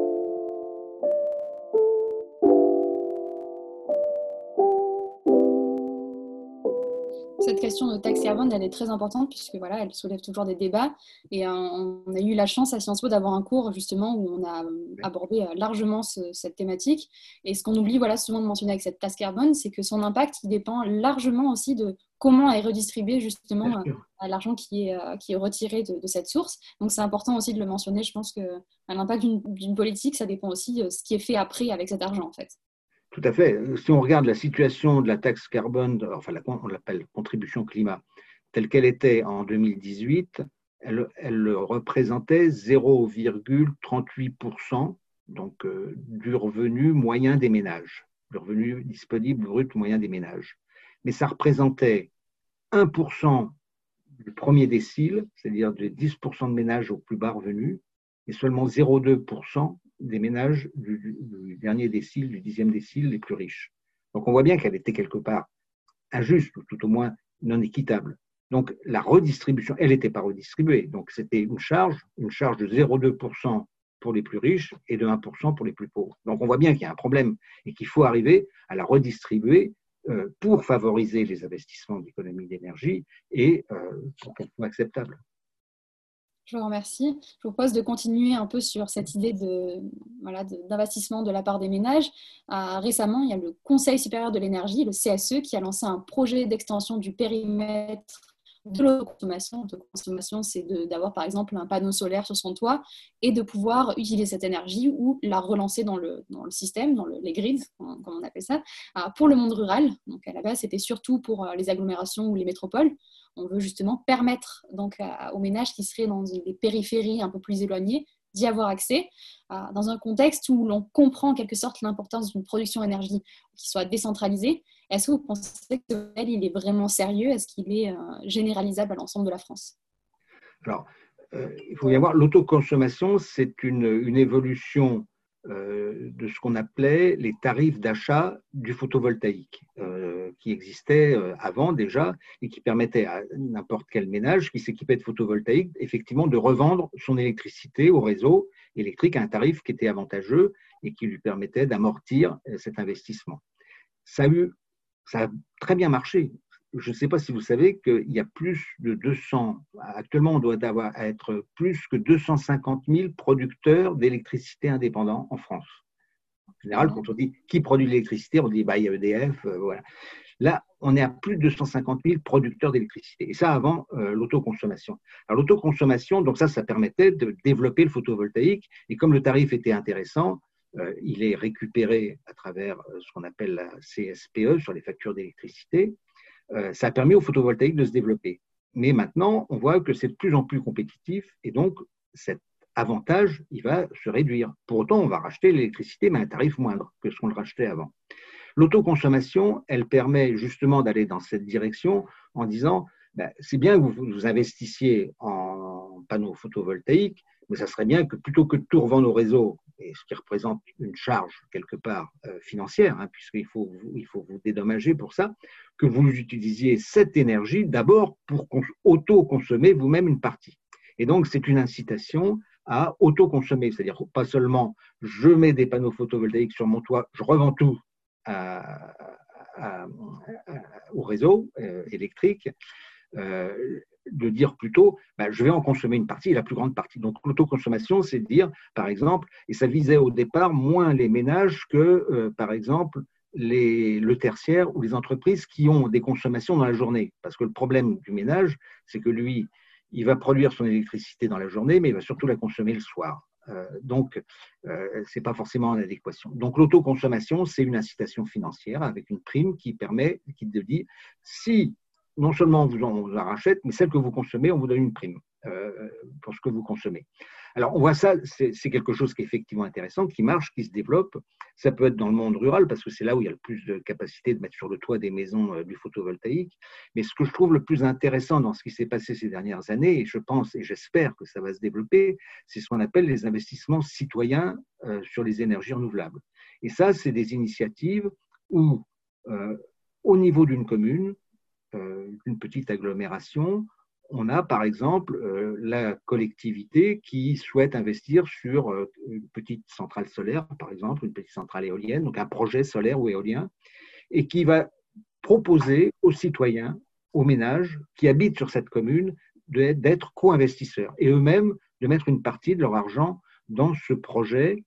Cette question de taxe carbone, elle est très importante puisque voilà, elle soulève toujours des débats. Et on a eu la chance à Sciences Po d'avoir un cours justement où on a abordé largement cette thématique. Et ce qu'on oublie souvent de mentionner avec cette taxe carbone, c'est que son impact il dépend largement aussi de comment est redistribué justement l'argent qui est retiré de cette source. Donc c'est important aussi de le mentionner. Je pense que l'impact d'une politique, ça dépend aussi de ce qui est fait après avec cet argent en fait. Tout à fait. Si on regarde la situation de la taxe carbone, enfin on l'appelle contribution climat, telle qu'elle était en 2018, elle représentait 0,38% donc, du revenu moyen des ménages, le revenu disponible brut moyen des ménages. Mais ça représentait 1% du premier décile, c'est-à-dire de 10% de ménages aux plus bas revenus, et seulement 0,2% des ménages du dernier décile, du 10e décile, les plus riches. Donc on voit bien qu'elle était quelque part injuste, ou tout au moins non équitable. Donc la redistribution, elle n'était pas redistribuée. Donc c'était une charge de 0,2% pour les plus riches et de 1% pour les plus pauvres. Donc on voit bien qu'il y a un problème et qu'il faut arriver à la redistribuer pour favoriser les investissements d'économie d'énergie et pour qu'elle soit acceptable. Je vous remercie. Je vous propose de continuer un peu sur cette idée d'investissement de la part des ménages. Récemment, il y a le Conseil supérieur de l'énergie, le CSE, qui a lancé un projet d'extension du périmètre de l'autoconsommation. L'autoconsommation, c'est d'avoir par exemple un panneau solaire sur son toit et de pouvoir utiliser cette énergie ou la relancer dans le système, dans les grids, comme on appelle ça, pour le monde rural. Donc à la base, c'était surtout pour les agglomérations ou les métropoles. On veut justement permettre donc aux ménages qui seraient dans des périphéries un peu plus éloignées d'y avoir accès, dans un contexte où l'on comprend en quelque sorte l'importance d'une production d'énergie qui soit décentralisée. Est-ce que vous pensez que ce modèle il est vraiment sérieux? Est-ce qu'il est généralisable à l'ensemble de la France? Alors, il faut y avoir l'autoconsommation, c'est une évolution de ce qu'on appelait les tarifs d'achat du photovoltaïque, qui existaient avant déjà et qui permettaient à n'importe quel ménage qui s'équipait de photovoltaïque effectivement de revendre son électricité au réseau électrique à un tarif qui était avantageux et qui lui permettait d'amortir cet investissement. Ça a très bien marché. Je ne sais pas si vous savez qu'il y a plus de 200, actuellement on doit être plus que 250 000 producteurs d'électricité indépendants en France. En général, quand on dit qui produit de l'électricité, on dit il y a EDF, voilà. Là, on est à plus de 250 000 producteurs d'électricité. Et ça avant l'autoconsommation. Alors l'autoconsommation, donc ça permettait de développer le photovoltaïque. Et comme le tarif était intéressant, il est récupéré à travers ce qu'on appelle la CSPE sur les factures d'électricité. Ça a permis au photovoltaïque de se développer. Mais maintenant, on voit que c'est de plus en plus compétitif et donc cet avantage, il va se réduire. Pour autant, on va racheter l'électricité, mais à un tarif moindre que ce qu'on le rachetait avant. L'autoconsommation, elle permet justement d'aller dans cette direction en disant, c'est bien que vous investissiez en panneaux photovoltaïques, mais ça serait bien que plutôt que de tout revendre au réseau, et ce qui représente une charge quelque part financière, puisqu'il faut vous dédommager pour ça, que vous utilisiez cette énergie d'abord pour auto-consommer vous-même une partie. Et donc, c'est une incitation à auto-consommer, c'est-à-dire pas seulement je mets des panneaux photovoltaïques sur mon toit, je revends tout au réseau électrique, de dire plutôt, je vais en consommer une partie, la plus grande partie. Donc l'autoconsommation, c'est de dire, par exemple, et ça visait au départ moins les ménages que, par exemple, le tertiaire ou les entreprises qui ont des consommations dans la journée. Parce que le problème du ménage, c'est que lui, il va produire son électricité dans la journée, mais il va surtout la consommer le soir. Donc, ce n'est pas forcément en adéquation. Donc, l'autoconsommation, c'est une incitation financière avec une prime qui te dit, si non seulement on vous en rachète, mais celle que vous consommez, on vous donne une prime pour ce que vous consommez. Alors, on voit ça, c'est quelque chose qui est effectivement intéressant, qui marche, qui se développe. Ça peut être dans le monde rural, parce que c'est là où il y a le plus de capacité de mettre sur le toit des maisons du photovoltaïque. Mais ce que je trouve le plus intéressant dans ce qui s'est passé ces dernières années, et je pense et j'espère que ça va se développer, c'est ce qu'on appelle les investissements citoyens sur les énergies renouvelables. Et ça, c'est des initiatives où, au niveau d'une commune, une petite agglomération, on a par exemple la collectivité qui souhaite investir sur une petite centrale solaire, par exemple, une petite centrale éolienne, donc un projet solaire ou éolien, et qui va proposer aux citoyens, aux ménages qui habitent sur cette commune, d'être co-investisseurs et eux-mêmes de mettre une partie de leur argent dans ce projet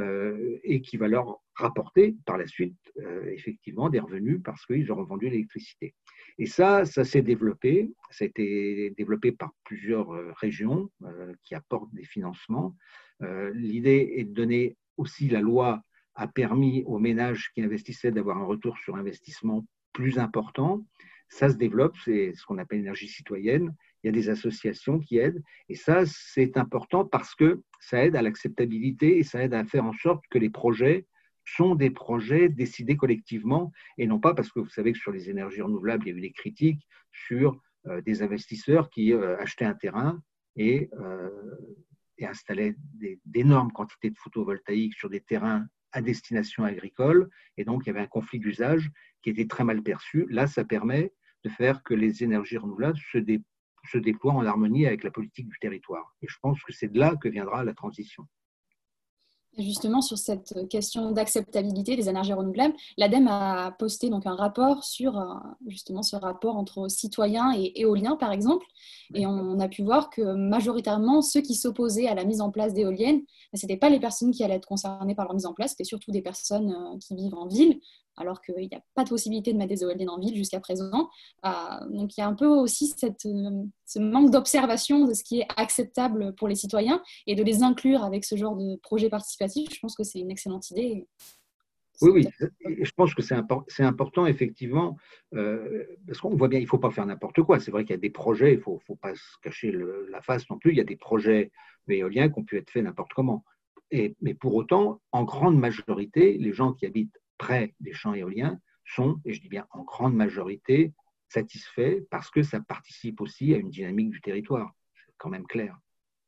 et qui va leur rapporter par la suite effectivement des revenus parce qu'ils auront vendu l'électricité. Et ça s'est développé, ça a été développé par plusieurs régions qui apportent des financements. L'idée est de donner aussi, la loi a permis aux ménages qui investissaient d'avoir un retour sur investissement plus important. Ça se développe, c'est ce qu'on appelle l'énergie citoyenne. Il y a des associations qui aident et ça, c'est important parce que ça aide à l'acceptabilité et ça aide à faire en sorte que les projets sont des projets décidés collectivement et non pas parce que vous savez que sur les énergies renouvelables, il y a eu des critiques sur des investisseurs qui achetaient un terrain et et installaient d'énormes quantités de photovoltaïques sur des terrains à destination agricole, et donc il y avait un conflit d'usage qui était très mal perçu. Là, ça permet de faire que les énergies renouvelables se déploient en harmonie avec la politique du territoire. Et je pense que c'est de là que viendra la transition. Justement, sur cette question d'acceptabilité des énergies renouvelables, l'ADEME a posté donc un rapport sur justement ce rapport entre citoyens et éoliens, par exemple. Et on a pu voir que majoritairement, ceux qui s'opposaient à la mise en place d'éoliennes, ce n'étaient pas les personnes qui allaient être concernées par leur mise en place, c'était surtout des personnes qui vivent en ville, alors qu'il n'y a pas de possibilité de mettre des éoliennes en ville jusqu'à présent. Donc il y a un peu aussi ce manque d'observation de ce qui est acceptable pour les citoyens et de les inclure avec ce genre de projet participatif. Je pense que c'est une excellente idée. Oui, je pense que c'est important, effectivement, parce qu'on voit bien, il ne faut pas faire n'importe quoi. C'est vrai qu'il y a des projets, il ne faut pas se cacher la face non plus, il y a des projets éoliens qui ont pu être faits n'importe comment. Mais pour autant, en grande majorité, les gens qui habitent près des champs éoliens sont, et je dis bien en grande majorité, satisfaits parce que ça participe aussi à une dynamique du territoire. C'est quand même clair.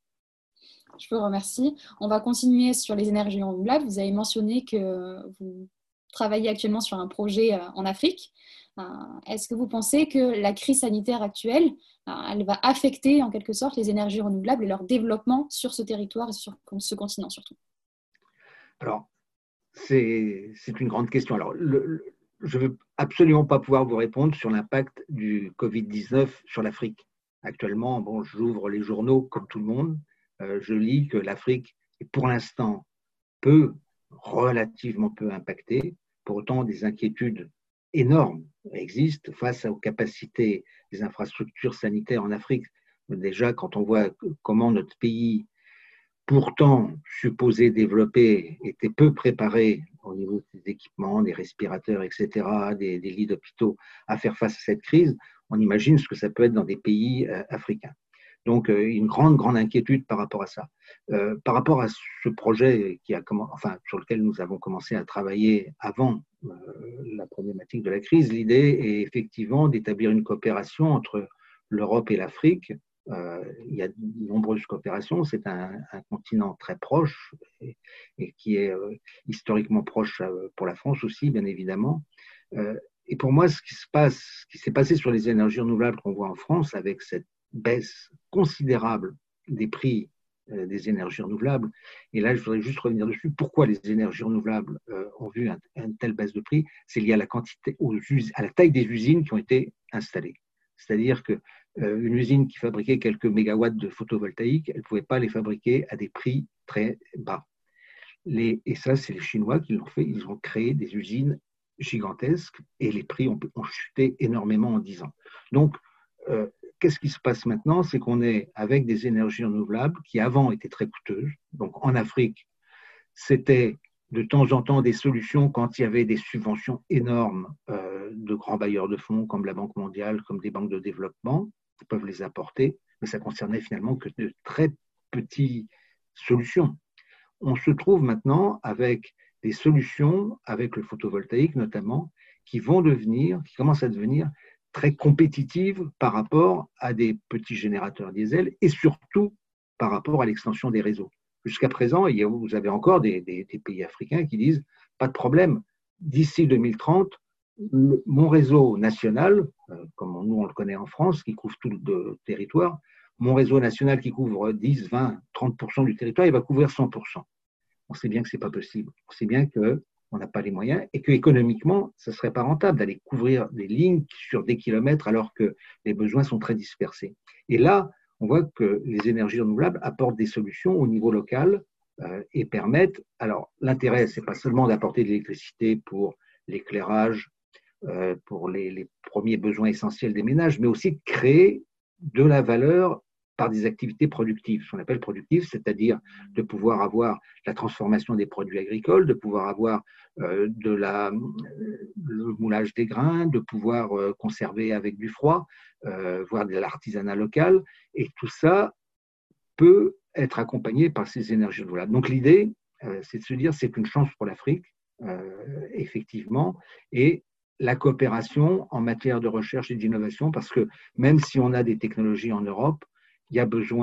Je vous remercie. On va continuer sur les énergies renouvelables. Vous avez mentionné que vous travaillez actuellement sur un projet en Afrique. Est-ce que vous pensez que la crise sanitaire actuelle, elle va affecter en quelque sorte les énergies renouvelables et leur développement sur ce territoire et sur ce continent surtout? Alors, c'est une grande question. Alors, je ne veux absolument pas pouvoir vous répondre sur l'impact du Covid-19 sur l'Afrique. Actuellement, j'ouvre les journaux comme tout le monde. Je lis que l'Afrique est pour l'instant relativement peu impactée. Pour autant, des inquiétudes énormes existent face aux capacités des infrastructures sanitaires en Afrique. Déjà, quand on voit comment notre pays, pourtant supposé développé, était peu préparé au niveau des équipements, des respirateurs, etc., des lits d'hôpitaux, à faire face à cette crise, on imagine ce que ça peut être dans des pays africains. Donc, une grande inquiétude par rapport à ça. Par rapport à ce projet sur lequel nous avons commencé à travailler avant la problématique de la crise, l'idée est effectivement d'établir une coopération entre l'Europe et l'Afrique. Il y a de nombreuses coopérations. C'est un continent très proche et qui est historiquement proche pour la France aussi, bien évidemment. Et pour moi, ce qui s'est passé sur les énergies renouvelables qu'on voit en France, avec cette baisse considérable des prix des énergies renouvelables. Et là, je voudrais juste revenir dessus. Pourquoi les énergies renouvelables ont vu une telle baisse de prix? C'est lié à à la taille des usines qui ont été installées. C'est-à-dire qu'une usine qui fabriquait quelques mégawatts de photovoltaïque, elle ne pouvait pas les fabriquer à des prix très bas. Et ça, c'est les Chinois qui l'ont fait. Ils ont créé des usines gigantesques et les prix ont chuté énormément en 10 ans. Donc, qu'est-ce qui se passe maintenant? C'est qu'on est avec des énergies renouvelables qui avant étaient très coûteuses. Donc en Afrique, c'était de temps en temps des solutions quand il y avait des subventions énormes de grands bailleurs de fonds comme la Banque mondiale, comme des banques de développement, qui peuvent les apporter, mais ça concernait finalement que de très petites solutions. On se trouve maintenant avec des solutions, avec le photovoltaïque notamment, qui commencent à devenir très compétitive par rapport à des petits générateurs diesel et surtout par rapport à l'extension des réseaux. Jusqu'à présent, vous avez encore des pays africains qui disent « pas de problème, d'ici 2030, mon réseau national, comme nous on le connaît en France, qui couvre tout le territoire, mon réseau national qui couvre 10, 20, 30% du territoire, il va couvrir 100%. » On sait bien que ce n'est pas possible. On sait bien qu'on n'a pas les moyens et qu'économiquement, ce ne serait pas rentable d'aller couvrir des lignes sur des kilomètres alors que les besoins sont très dispersés. Et là, on voit que les énergies renouvelables apportent des solutions au niveau local et permettent… Alors, l'intérêt, ce n'est pas seulement d'apporter de l'électricité pour l'éclairage, pour les premiers besoins essentiels des ménages, mais aussi de créer de la valeur par des activités productives, ce qu'on appelle productives, c'est-à-dire de pouvoir avoir la transformation des produits agricoles, de pouvoir avoir le moulage des grains, de pouvoir conserver avec du froid, voire de l'artisanat local, et tout ça peut être accompagné par ces énergies renouvelables. Donc l'idée, c'est de se dire c'est une chance pour l'Afrique, effectivement, et la coopération en matière de recherche et d'innovation, parce que même si on a des technologies en Europe, il y a besoin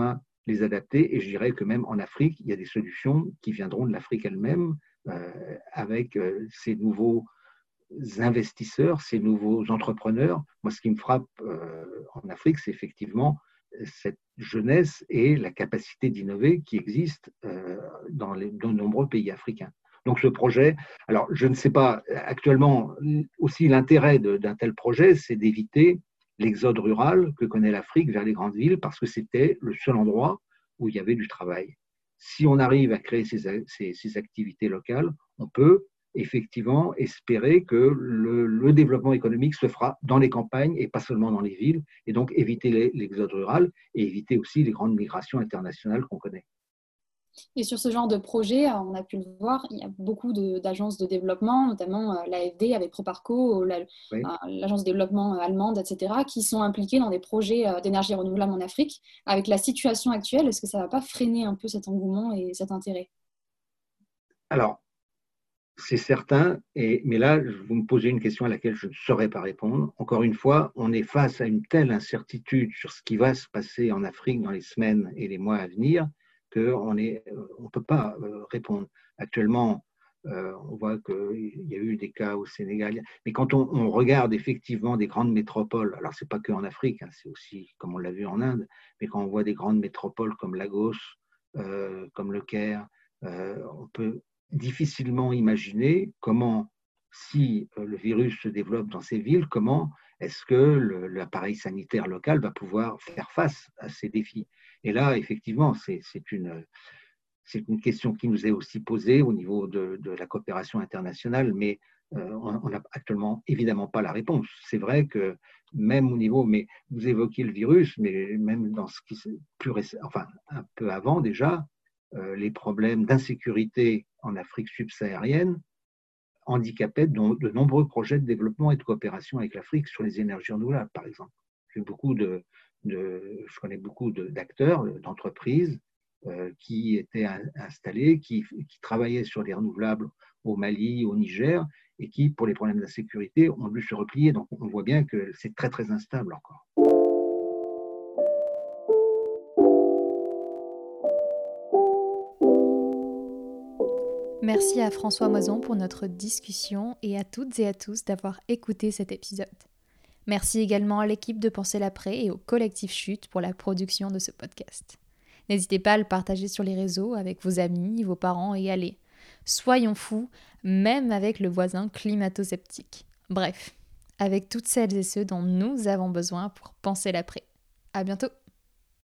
les adapter. Et je dirais que même en Afrique, il y a des solutions qui viendront de l'Afrique elle-même avec ces nouveaux investisseurs, ces nouveaux entrepreneurs. Moi, ce qui me frappe en Afrique, c'est effectivement cette jeunesse et la capacité d'innover qui existe dans de nombreux pays africains. Donc ce projet, alors je ne sais pas, actuellement, aussi l'intérêt d'un tel projet, c'est d'éviter l'exode rural que connaît l'Afrique vers les grandes villes, parce que c'était le seul endroit où il y avait du travail. Si on arrive à créer ces activités locales, on peut effectivement espérer que le développement économique se fera dans les campagnes et pas seulement dans les villes, et donc éviter l'exode rural et éviter aussi les grandes migrations internationales qu'on connaît. Et sur ce genre de projet, on a pu le voir, il y a beaucoup d'agences de développement, notamment l'AFD avec Proparco, l'agence de développement allemande, etc., qui sont impliquées dans des projets d'énergie renouvelable en Afrique. Avec la situation actuelle, est-ce que ça ne va pas freiner un peu cet engouement et cet intérêt? Alors, c'est certain, mais là, vous me posez une question à laquelle je ne saurais pas répondre. Encore une fois, on est face à une telle incertitude sur ce qui va se passer en Afrique dans les semaines et les mois à venir qu'on ne peut pas répondre. Actuellement, on voit qu'il y a eu des cas au Sénégal, mais quand on regarde effectivement des grandes métropoles, alors ce n'est pas qu'en Afrique, c'est aussi comme on l'a vu en Inde, mais quand on voit des grandes métropoles comme Lagos, comme le Caire, on peut difficilement imaginer comment, si le virus se développe dans ces villes, comment est-ce que l'appareil sanitaire local va pouvoir faire face à ces défis. Et là, effectivement, c'est une question qui nous est aussi posée au niveau de la coopération internationale, mais on n'a actuellement évidemment pas la réponse. C'est vrai que même au niveau, mais vous évoquiez le virus, mais même dans ce qui est plus récent, enfin un peu avant déjà, les problèmes d'insécurité en Afrique subsaharienne handicapaient de nombreux projets de développement et de coopération avec l'Afrique sur les énergies renouvelables, par exemple. Je connais beaucoup d'acteurs, d'entreprises qui étaient installés, qui travaillaient sur les renouvelables au Mali, au Niger, et qui, pour les problèmes d'insécurité, ont dû se replier. Donc, on voit bien que c'est très, très instable encore. Merci à François Moison pour notre discussion et à toutes et à tous d'avoir écouté cet épisode. Merci également à l'équipe de Penser l'après et au collectif Chute pour la production de ce podcast. N'hésitez pas à le partager sur les réseaux avec vos amis, vos parents et allez, soyons fous, même avec le voisin climato-sceptique. Bref, avec toutes celles et ceux dont nous avons besoin pour penser l'après. À bientôt!